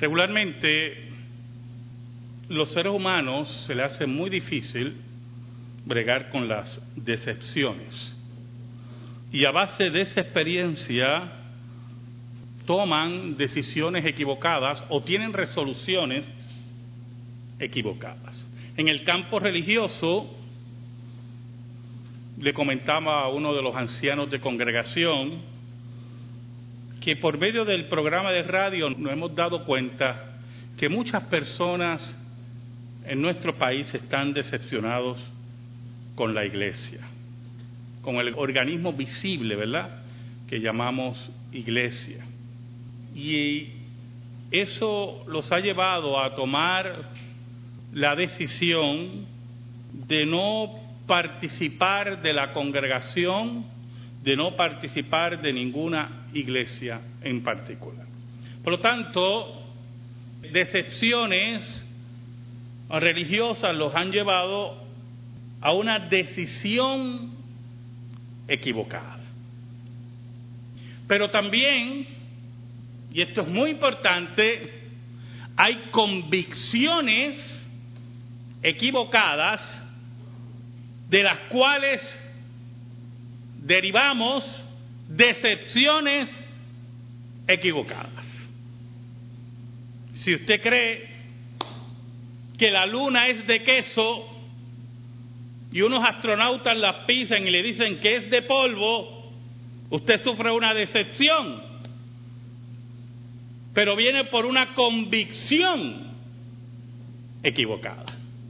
Regularmente, los seres humanos se les hace muy difícil bregar con las decepciones. Y a base de esa experiencia, toman decisiones equivocadas o tienen resoluciones equivocadas. En el campo religioso, le comentaba a uno de los ancianos de congregación que por medio del programa de radio nos hemos dado cuenta que muchas personas en nuestro país están decepcionados con la iglesia, con el organismo visible, ¿verdad?, que llamamos iglesia. Y eso los ha llevado a tomar la decisión de no participar de la congregación, de no participar de ninguna iglesia en particular. Por lo tanto, decepciones religiosas los han llevado a una decisión equivocada. Pero también, y esto es muy importante, hay convicciones equivocadas de las cuales derivamos decepciones equivocadas. Si usted cree que la luna es de queso y unos astronautas la pisan y le dicen que es de polvo, usted sufre una decepción, pero viene por una convicción equivocada.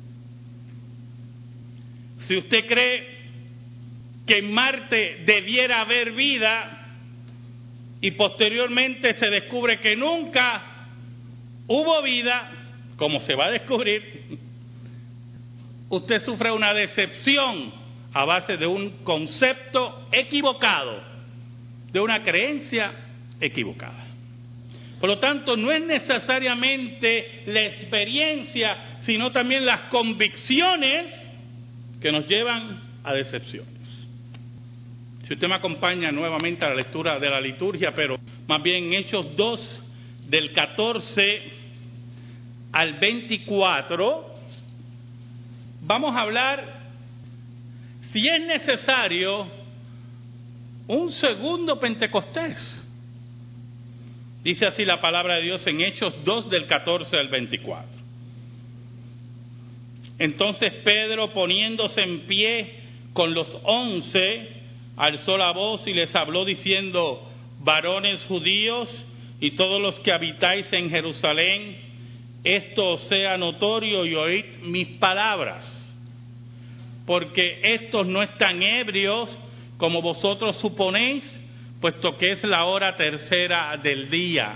Si usted cree que en Marte debiera haber vida y posteriormente se descubre que nunca hubo vida, como se va a descubrir, usted sufre una decepción a base de un concepto equivocado, de una creencia equivocada. Por lo tanto, no es necesariamente la experiencia, sino también las convicciones que nos llevan a decepciones. Si usted me acompaña nuevamente a la lectura de la liturgia, pero más bien en Hechos 2, del 14 al 24, vamos a hablar, si es necesario, un segundo Pentecostés. Dice así la palabra de Dios en Hechos 2, del 14 al 24. Entonces Pedro, poniéndose en pie con los 11, alzó la voz y les habló diciendo: varones judíos y todos los que habitáis en Jerusalén, esto os sea notorio y oíd mis palabras, porque estos no están ebrios como vosotros suponéis, puesto que es la hora tercera del día.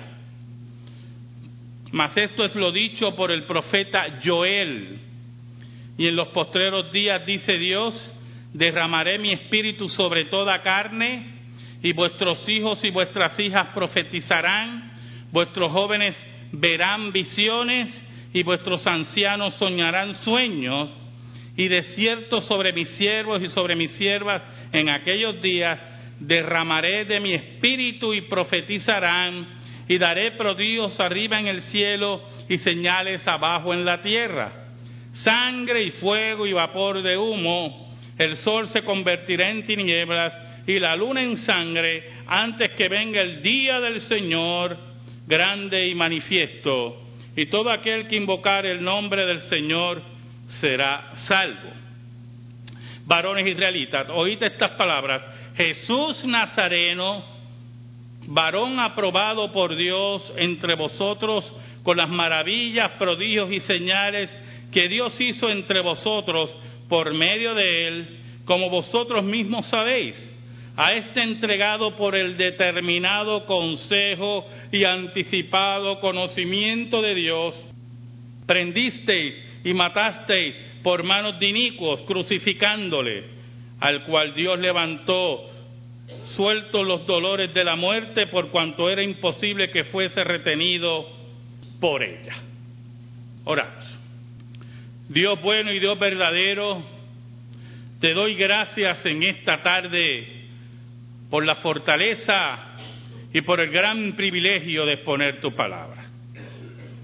Mas esto es lo dicho por el profeta Joel. Y en los postreros días, dice Dios, derramaré mi espíritu sobre toda carne, y vuestros hijos y vuestras hijas profetizarán, vuestros jóvenes verán visiones, y vuestros ancianos soñarán sueños, y de cierto sobre mis siervos y sobre mis siervas en aquellos días derramaré de mi espíritu y profetizarán, y daré prodigios arriba en el cielo y señales abajo en la tierra. Sangre y fuego y vapor de humo, el sol se convertirá en tinieblas y la luna en sangre antes que venga el día del Señor grande y manifiesto, y todo aquel que invocare el nombre del Señor será salvo. Varones israelitas, oíd estas palabras: Jesús Nazareno, varón aprobado por Dios entre vosotros con las maravillas, prodigios y señales que Dios hizo entre vosotros por medio de él, como vosotros mismos sabéis, a este entregado por el determinado consejo y anticipado conocimiento de Dios, prendisteis y matasteis por manos de inicuos, crucificándole, al cual Dios levantó, sueltos los dolores de la muerte, por cuanto era imposible que fuese retenido por ella. Oramos. Dios bueno y Dios verdadero, te doy gracias en esta tarde por la fortaleza y por el gran privilegio de exponer tu palabra.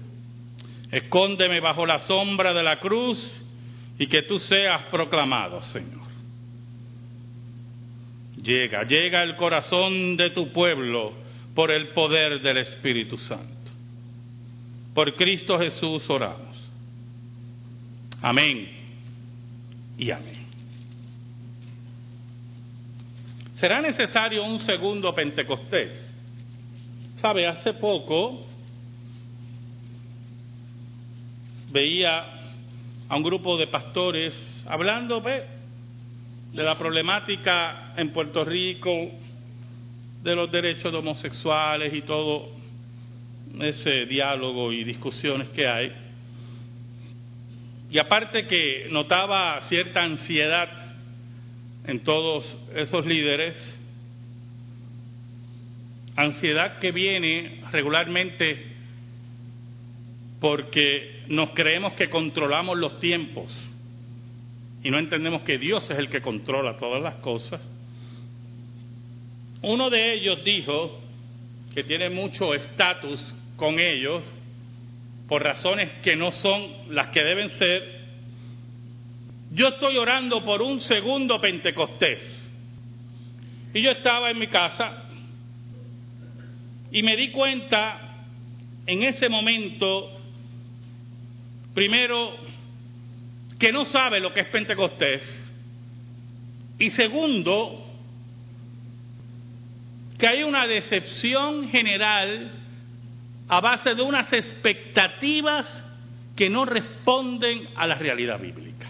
Escóndeme bajo la sombra de la cruz y que tú seas proclamado, Señor. Llega el corazón de tu pueblo por el poder del Espíritu Santo. Por Cristo Jesús oramos. Amén y amén. ¿Será necesario un segundo Pentecostés? ¿Sabe? Hace poco veía a un grupo de pastores hablando de la problemática en Puerto Rico, de los derechos de homosexuales y todo ese diálogo y discusiones que hay. Y aparte que notaba cierta ansiedad en todos esos líderes, ansiedad que viene regularmente porque nos creemos que controlamos los tiempos y no entendemos que Dios es el que controla todas las cosas. Uno de ellos dijo que tiene mucho estatus con ellos por razones que no son las que deben ser. Yo estoy orando por un segundo Pentecostés. Y yo estaba en mi casa y me di cuenta en ese momento, primero, que no sabe lo que es Pentecostés, y segundo, que hay una decepción general a base de unas expectativas que no responden a la realidad bíblica.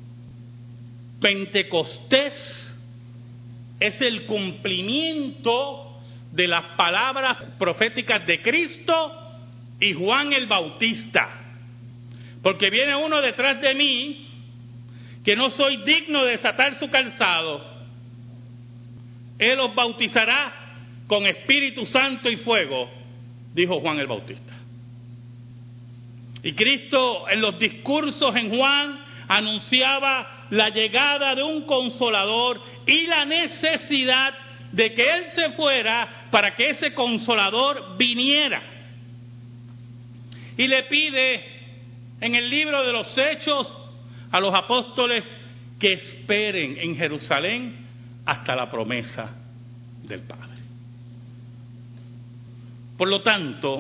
Pentecostés es el cumplimiento de las palabras proféticas de Cristo y Juan el Bautista. Porque viene uno detrás de mí que no soy digno de desatar su calzado. Él os bautizará con Espíritu Santo y fuego, dijo Juan el Bautista. Y Cristo en los discursos en Juan anunciaba la llegada de un consolador y la necesidad de que Él se fuera para que ese consolador viniera. Y le pide en el libro de los Hechos a los apóstoles que esperen en Jerusalén hasta la promesa del Padre. Por lo tanto,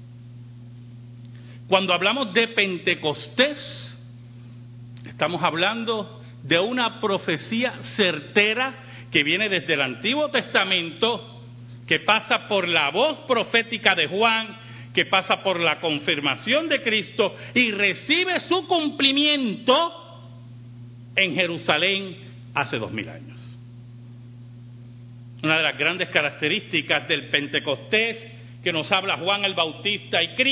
cuando hablamos de Pentecostés, estamos hablando de una profecía certera que viene desde el Antiguo Testamento, que pasa por la voz profética de Juan, que pasa por la confirmación de Cristo y recibe su cumplimiento en Jerusalén hace 2000 años. Una de las grandes características del Pentecostés que nos habla Juan el Bautista y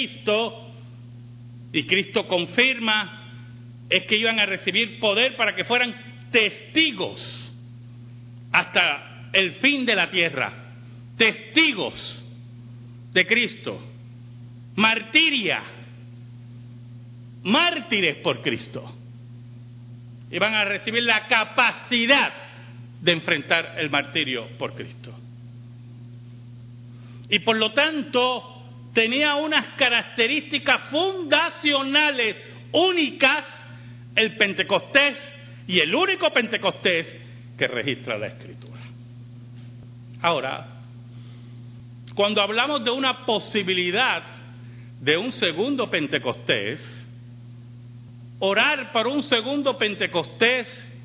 Cristo confirma, es que iban a recibir poder para que fueran testigos hasta el fin de la tierra, testigos de Cristo, mártires por Cristo. Iban a recibir la capacidad de enfrentar el martirio por Cristo. Y por lo tanto tenía unas características fundacionales únicas el Pentecostés, y el único Pentecostés que registra la Escritura. Ahora, cuando hablamos de una posibilidad de un segundo Pentecostés, orar por un segundo Pentecostés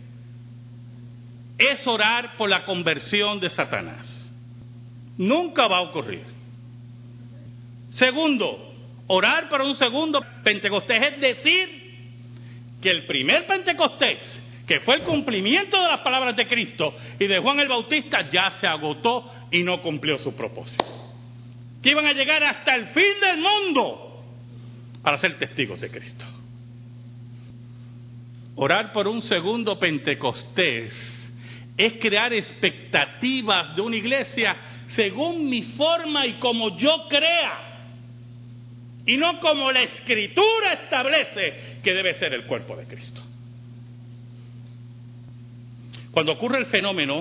es orar por la conversión de Satanás. Nunca va a ocurrir. Segundo, orar por un segundo Pentecostés es decir que el primer Pentecostés, que fue el cumplimiento de las palabras de Cristo y de Juan el Bautista, ya se agotó y no cumplió su propósito. Que iban a llegar hasta el fin del mundo para ser testigos de Cristo. Orar por un segundo Pentecostés es crear expectativas de una iglesia según mi forma y como yo crea, y no como la Escritura establece que debe ser el cuerpo de Cristo. Cuando ocurre el fenómeno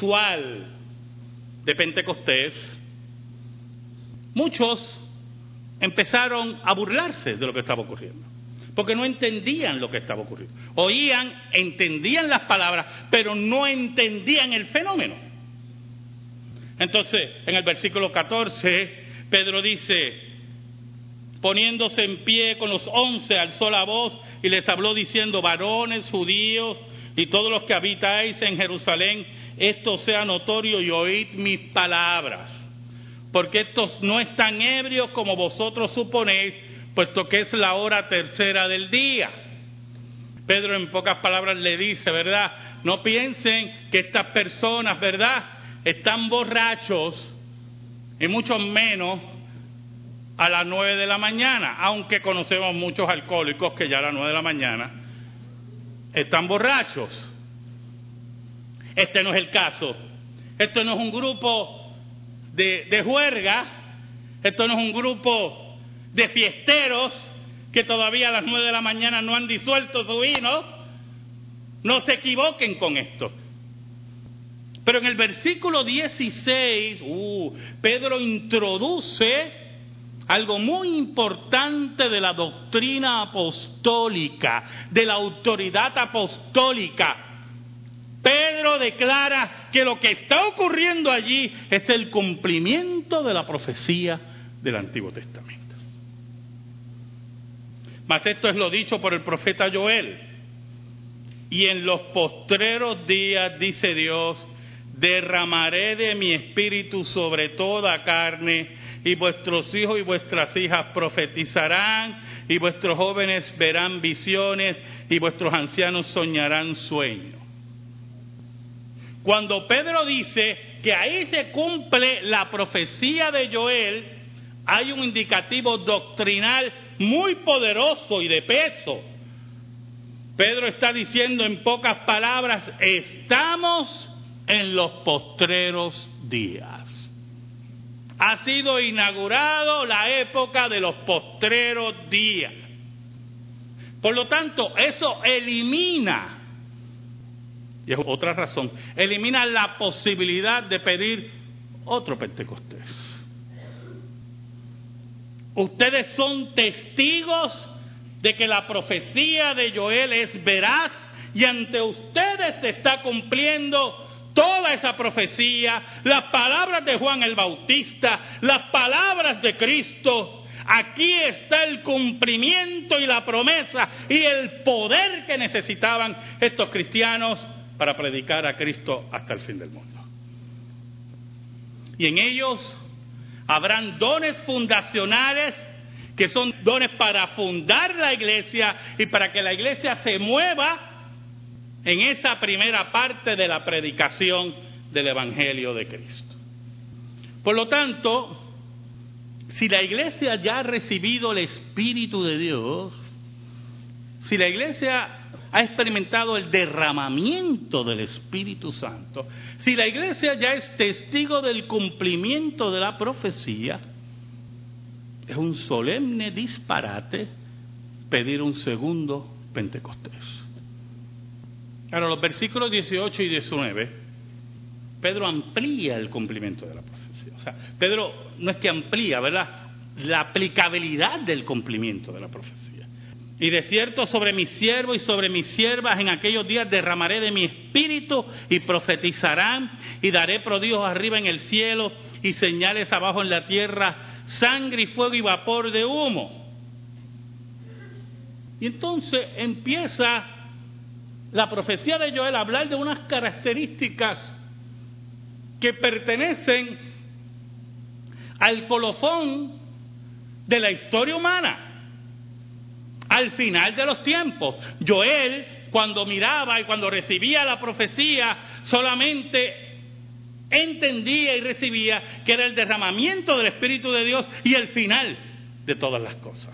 visual de Pentecostés, muchos empezaron a burlarse de lo que estaba ocurriendo, porque no entendían lo que estaba ocurriendo. Oían, entendían las palabras, pero no entendían el fenómeno. Entonces, en el versículo 14, Pedro dice: poniéndose en pie con los 11, alzó la voz y les habló diciendo: varones judíos y todos los que habitáis en Jerusalén, esto sea notorio y oíd mis palabras, porque estos no están ebrios como vosotros suponéis, puesto que es la hora tercera del día. Pedro en pocas palabras le dice, ¿verdad? No piensen que estas personas, ¿verdad?, están borrachos, y mucho menos a las 9 de la mañana, aunque conocemos muchos alcohólicos que ya a las 9 de la mañana están borrachos. Este no es el caso. Esto no es un grupo de juerga, esto no es un grupo de fiesteros que todavía a las 9 de la mañana no han disuelto su vino. No se equivoquen con esto. Pero en el versículo 16, Pedro introduce algo muy importante de la doctrina apostólica, de la autoridad apostólica. Pedro declara que lo que está ocurriendo allí es el cumplimiento de la profecía del Antiguo Testamento. Mas esto es lo dicho por el profeta Joel. Y en los postreros días, dice Dios, derramaré de mi espíritu sobre toda carne, y vuestros hijos y vuestras hijas profetizarán, y vuestros jóvenes verán visiones, y vuestros ancianos soñarán sueños. Cuando Pedro dice que ahí se cumple la profecía de Joel, hay un indicativo doctrinal muy poderoso y de peso. Pedro está diciendo en pocas palabras: estamos en los postreros días. Ha sido inaugurado la época de los postreros días. Por lo tanto, eso elimina, y es otra razón, elimina la posibilidad de pedir otro Pentecostés. Ustedes son testigos de que la profecía de Joel es veraz, y ante ustedes se está cumpliendo toda esa profecía, las palabras de Juan el Bautista, las palabras de Cristo. Aquí está el cumplimiento y la promesa y el poder que necesitaban estos cristianos para predicar a Cristo hasta el fin del mundo. Y en ellos habrán dones fundacionales, que son dones para fundar la iglesia y para que la iglesia se mueva en esa primera parte de la predicación del Evangelio de Cristo. Por lo tanto, si la iglesia ya ha recibido el Espíritu de Dios, si la iglesia ha experimentado el derramamiento del Espíritu Santo, si la iglesia ya es testigo del cumplimiento de la profecía, es un solemne disparate pedir un segundo Pentecostés. Ahora, los versículos 18 y 19, Pedro amplía el cumplimiento de la profecía. O sea, Pedro no es que amplía, ¿verdad?, la aplicabilidad del cumplimiento de la profecía. Y de cierto, sobre mis siervos y sobre mis siervas en aquellos días derramaré de mi espíritu y profetizarán, y daré prodigios arriba en el cielo y señales abajo en la tierra, sangre y fuego y vapor de humo. Y entonces empieza la profecía de Joel a hablar de unas características que pertenecen al colofón de la historia humana, al final de los tiempos. Joel, cuando miraba y cuando recibía la profecía, solamente entendía y recibía que era el derramamiento del Espíritu de Dios y el final de todas las cosas.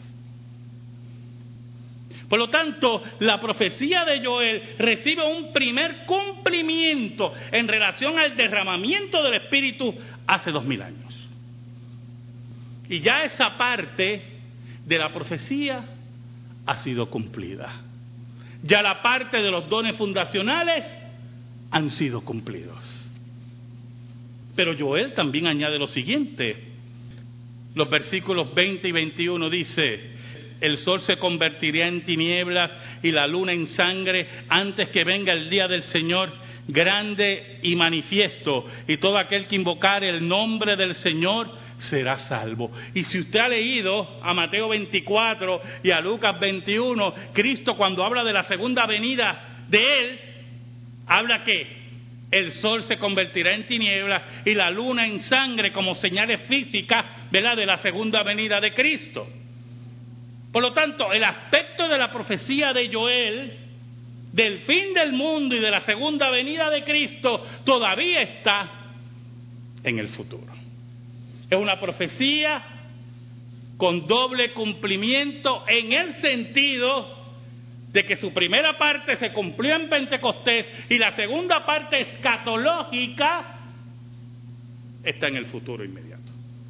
Por lo tanto, la profecía de Joel recibe un primer cumplimiento en relación al derramamiento del Espíritu hace 2000 años. Y ya esa parte de la profecía ha sido cumplida. Ya la parte de los dones fundacionales han sido cumplidos. Pero Joel también añade lo siguiente: los versículos 20 y 21 dice: el sol se convertirá en tinieblas y la luna en sangre antes que venga el día del Señor grande y manifiesto, y todo aquel que invocare el nombre del Señor será salvo. Y si usted ha leído a Mateo 24 y a Lucas 21, Cristo, cuando habla de la segunda venida de Él, habla que el sol se convertirá en tinieblas y la luna en sangre como señales físicas, ¿verdad?, de la segunda venida de Cristo. Por lo tanto, el aspecto de la profecía de Joel, del fin del mundo y de la segunda venida de Cristo, todavía está en el futuro. Es una profecía con doble cumplimiento en el sentido de que su primera parte se cumplió en Pentecostés y la segunda parte escatológica está en el futuro inmediato.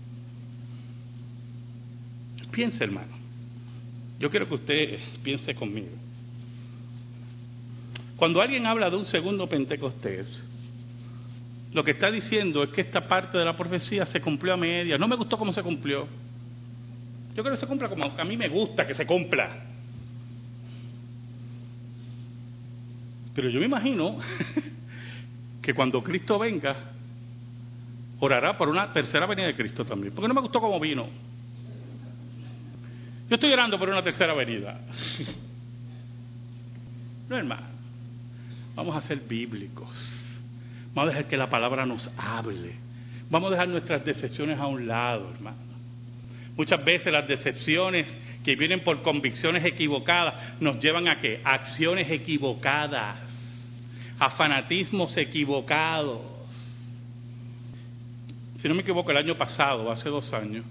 Piense, hermano. Yo quiero que usted piense conmigo. Cuando alguien habla de un segundo Pentecostés, lo que está diciendo es que esta parte de la profecía se cumplió a medias. No me gustó cómo se cumplió. Yo quiero que se cumpla como a mí me gusta que se cumpla. Pero yo me imagino que cuando Cristo venga, orará por una tercera venida de Cristo también. Porque no me gustó cómo vino. Yo estoy orando por una tercera venida. No, hermano. Vamos a ser bíblicos. Vamos a dejar que la palabra nos hable. Vamos a dejar nuestras decepciones a un lado, hermano. Muchas veces las decepciones que vienen por convicciones equivocadas nos llevan ¿a qué? A acciones equivocadas, a fanatismos equivocados. Si no me equivoco, el año pasado, hace 2 años,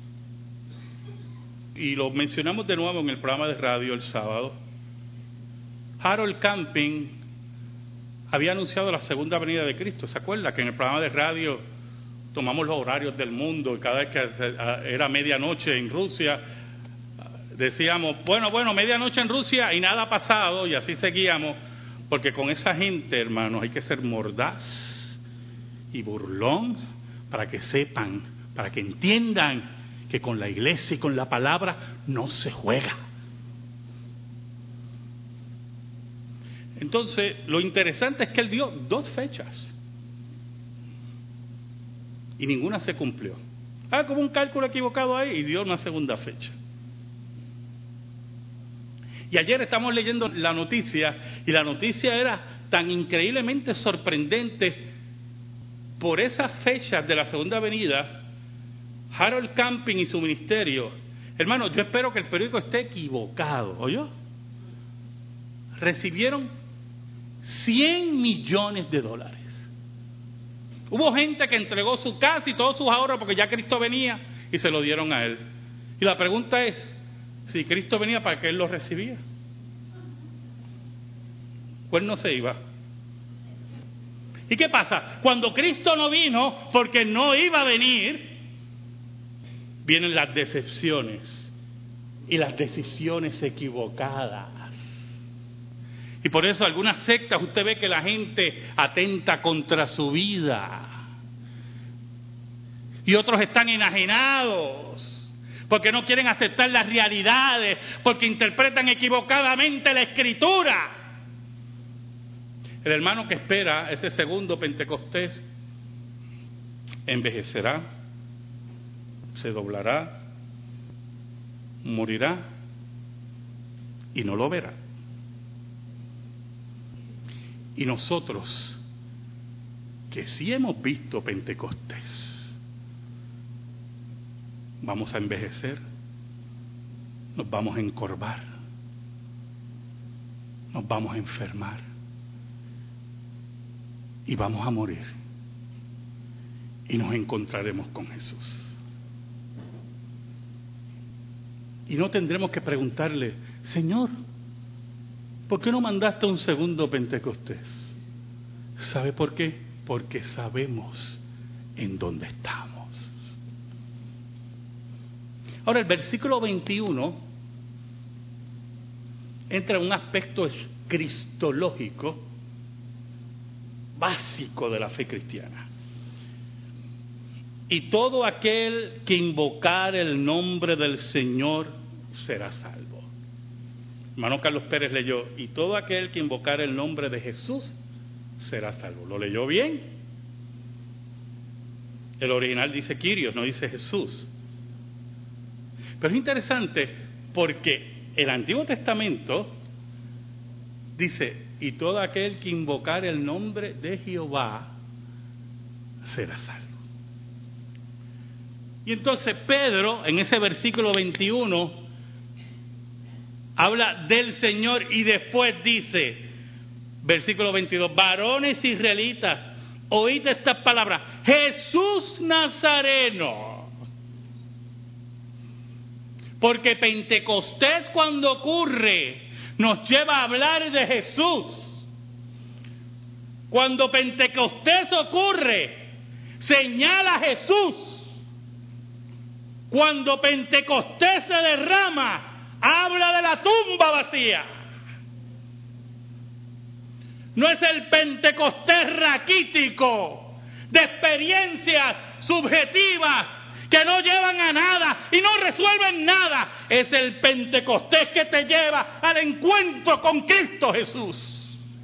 y lo mencionamos de nuevo en el programa de radio el sábado, Harold Camping había anunciado la segunda venida de Cristo. ¿Se acuerda que en el programa de radio tomamos los horarios del mundo y cada vez que era medianoche en Rusia decíamos, bueno, medianoche en Rusia y nada ha pasado, y así seguíamos, porque con esa gente, hermanos, hay que ser mordaz y burlón para que sepan, para que entiendan que con la iglesia y con la palabra no se juega. Entonces, lo interesante es que él dio 2 fechas y ninguna se cumplió. Como un cálculo equivocado ahí y dio una segunda fecha. Y ayer estamos leyendo la noticia y la noticia era tan increíblemente sorprendente por esas fechas de la segunda venida. Harold Camping y su ministerio, hermano, yo espero que el periódico esté equivocado, ¿oyó? Recibieron $100 millones. Hubo gente que entregó su casa y todos sus ahorros porque ya Cristo venía y se lo dieron a él. Y la pregunta es, si Cristo venía, ¿para qué él lo recibía? Pues no se iba. ¿Y qué pasa? Cuando Cristo no vino, porque no iba a venir, vienen las decepciones y las decisiones equivocadas. Y por eso algunas sectas usted ve que la gente atenta contra su vida. Y otros están enajenados porque no quieren aceptar las realidades, porque interpretan equivocadamente la Escritura. El hermano que espera ese segundo Pentecostés envejecerá, se doblará, morirá y no lo verá. Y nosotros, que sí hemos visto Pentecostés, vamos a envejecer, nos vamos a encorvar, nos vamos a enfermar y vamos a morir y nos encontraremos con Jesús. Y no tendremos que preguntarle, Señor, ¿por qué no mandaste un segundo Pentecostés? ¿Sabe por qué? Porque sabemos en dónde estamos. Ahora, el versículo 21 entra en un aspecto cristológico básico de la fe cristiana. y todo aquel que invocar el nombre del Señor será salvo. Hermano Carlos Pérez leyó, y todo aquel que invocar el nombre de Jesús será salvo. ¿Lo leyó bien? El original dice Kyrios, no dice Jesús. Pero es interesante porque el Antiguo Testamento dice, y todo aquel que invocar el nombre de Jehová será salvo. Y entonces Pedro, en ese versículo 21, habla del Señor y después dice, versículo 22, varones israelitas, oíd estas palabras, Jesús Nazareno. Porque Pentecostés cuando ocurre nos lleva a hablar de Jesús. Cuando Pentecostés ocurre, señala a Jesús. Cuando Pentecostés se derrama, habla de la tumba vacía. No es el Pentecostés raquítico, de experiencias subjetivas que no llevan a nada y no resuelven nada. Es el Pentecostés que te lleva al encuentro con Cristo Jesús.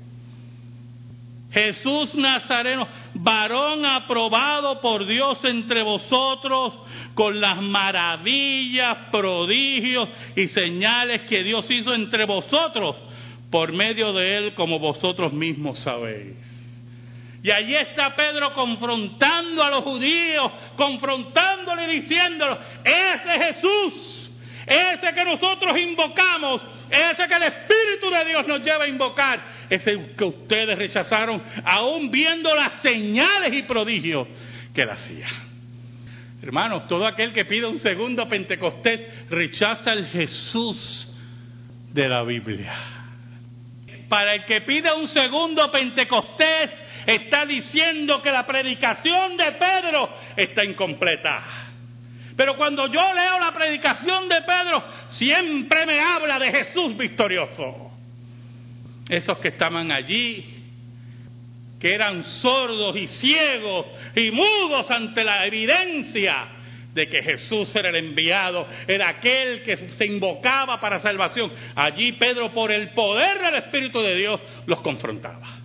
Jesús Nazareno, varón aprobado por Dios entre vosotros, con las maravillas, prodigios y señales que Dios hizo entre vosotros, por medio de él, como vosotros mismos sabéis. Y allí está Pedro confrontando a los judíos, confrontándole y diciéndole, ese Jesús, ese que nosotros invocamos, ese que el Espíritu de Dios nos lleva a invocar, ese que ustedes rechazaron, aún viendo las señales y prodigios que él hacía. Hermanos, todo aquel que pide un segundo Pentecostés rechaza el Jesús de la Biblia. Para el que pide un segundo Pentecostés, está diciendo que la predicación de Pedro está incompleta. Pero cuando yo leo la predicación de Pedro, siempre me habla de Jesús victorioso. Esos que estaban allí, que eran sordos y ciegos y mudos ante la evidencia de que Jesús era el enviado, era aquel que se invocaba para salvación. Allí Pedro, por el poder del Espíritu de Dios, los confrontaba.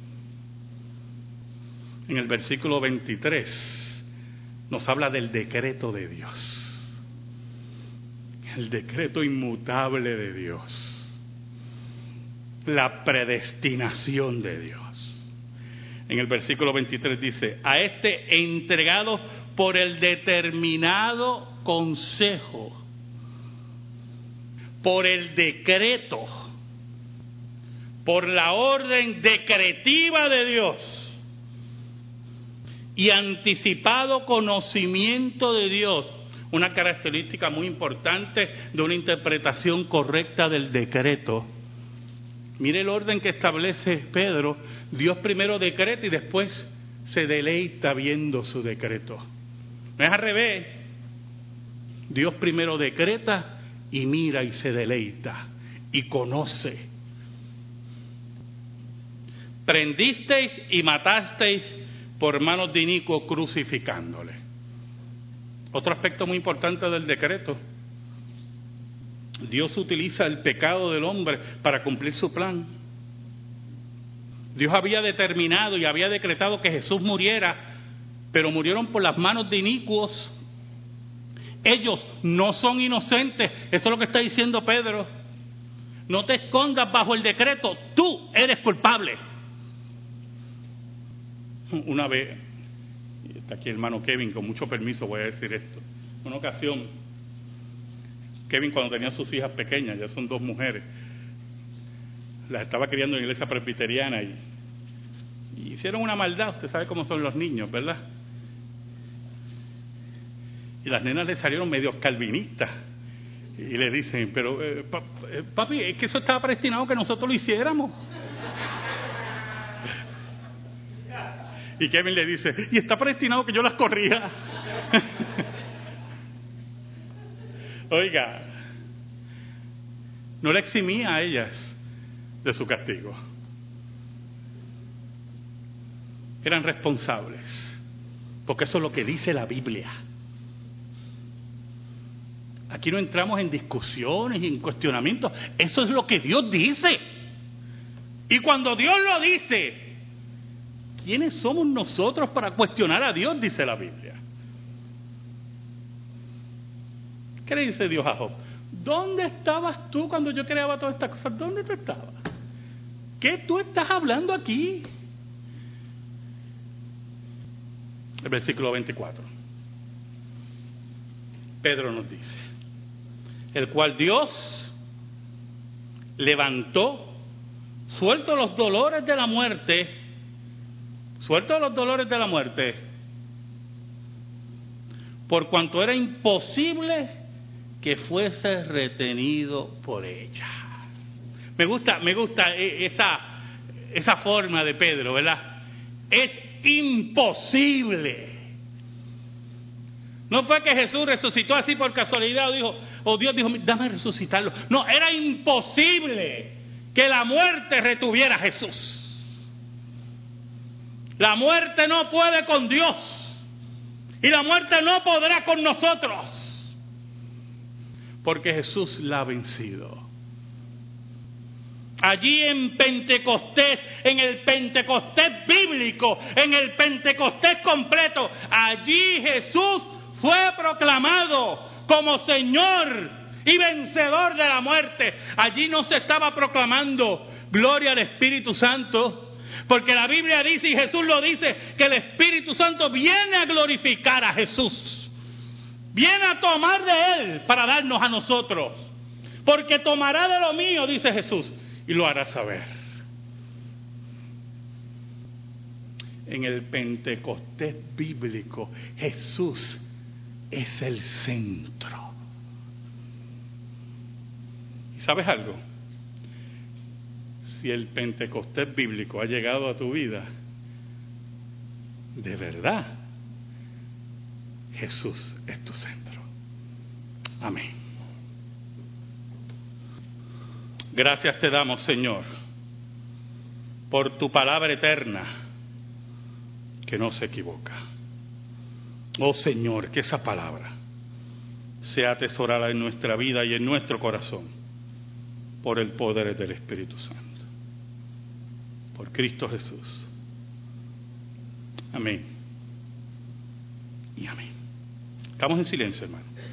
En el versículo 23 nos habla del decreto de Dios, el decreto inmutable de Dios, la predestinación de Dios. En el versículo 23 dice, a este entregado por el determinado consejo, por el decreto, por la orden decretiva de Dios y anticipado conocimiento de Dios, una característica muy importante de una interpretación correcta del decreto. Mire el orden que establece Pedro. Dios primero decreta y después se deleita viendo su decreto. No es al revés. Dios primero decreta y mira y se deleita y conoce. Prendisteis y matasteis por manos de inicuo crucificándole. Otro aspecto muy importante del decreto. Dios utiliza el pecado del hombre para cumplir su plan. Dios había determinado y había decretado que Jesús muriera, pero murieron por las manos de inicuos. Ellos no son inocentes. Eso es lo que está diciendo Pedro. No te escondas bajo el decreto. Tú eres culpable. Una vez, está aquí el hermano Kevin, con mucho permiso voy a decir esto. Una ocasión, Kevin, cuando tenía sus hijas pequeñas, ya son 2 mujeres, las estaba criando en la iglesia presbiteriana y hicieron una maldad. Usted sabe cómo son los niños, ¿verdad? Y las nenas le salieron medio calvinistas y le dicen, pero papi, es que eso estaba predestinado que nosotros lo hiciéramos. Y Kevin le dice, y está predestinado que yo las corría. Oiga, no le eximía a ellas de su castigo. Eran responsables, Porque eso es lo que dice la Biblia. Aquí no entramos en discusiones y en cuestionamientos. Eso es lo que Dios dice. Y cuando Dios lo dice, ¿quiénes somos nosotros para cuestionar a Dios? Dice la Biblia. ¿Qué le dice Dios a Job? ¿Dónde estabas tú cuando yo creaba todas estas cosas? ¿Dónde tú estabas? ¿Qué tú estás hablando aquí? El versículo 24. Pedro nos dice: el cual Dios levantó, suelto los dolores de la muerte, por cuanto era imposible que fuese retenido por ella. Me gusta esa forma de Pedro, ¿verdad? Es imposible. No fue que Jesús resucitó así por casualidad o Dios dijo, dame resucitarlo. No, era imposible que la muerte retuviera a Jesús. La muerte no puede con Dios y la muerte no podrá con nosotros, porque Jesús la ha vencido. Allí en Pentecostés, en el Pentecostés bíblico, en el Pentecostés completo, allí Jesús fue proclamado como Señor y vencedor de la muerte. Allí no se estaba proclamando gloria al Espíritu Santo, porque la Biblia dice, y Jesús lo dice, que el Espíritu Santo viene a glorificar a Jesús. Viene a tomar de Él para darnos a nosotros. Porque tomará de lo mío, dice Jesús, y lo hará saber. En el Pentecostés bíblico, Jesús es el centro. ¿Y sabes algo? Si el Pentecostés bíblico ha llegado a tu vida, de verdad, Jesús es tu centro. Amén. Gracias te damos, Señor, por tu palabra eterna que no se equivoca. Oh Señor, que esa palabra sea atesorada en nuestra vida y en nuestro corazón por el poder del Espíritu Santo. Por Cristo Jesús. Amén. Y amén. Estamos en silencio, hermano.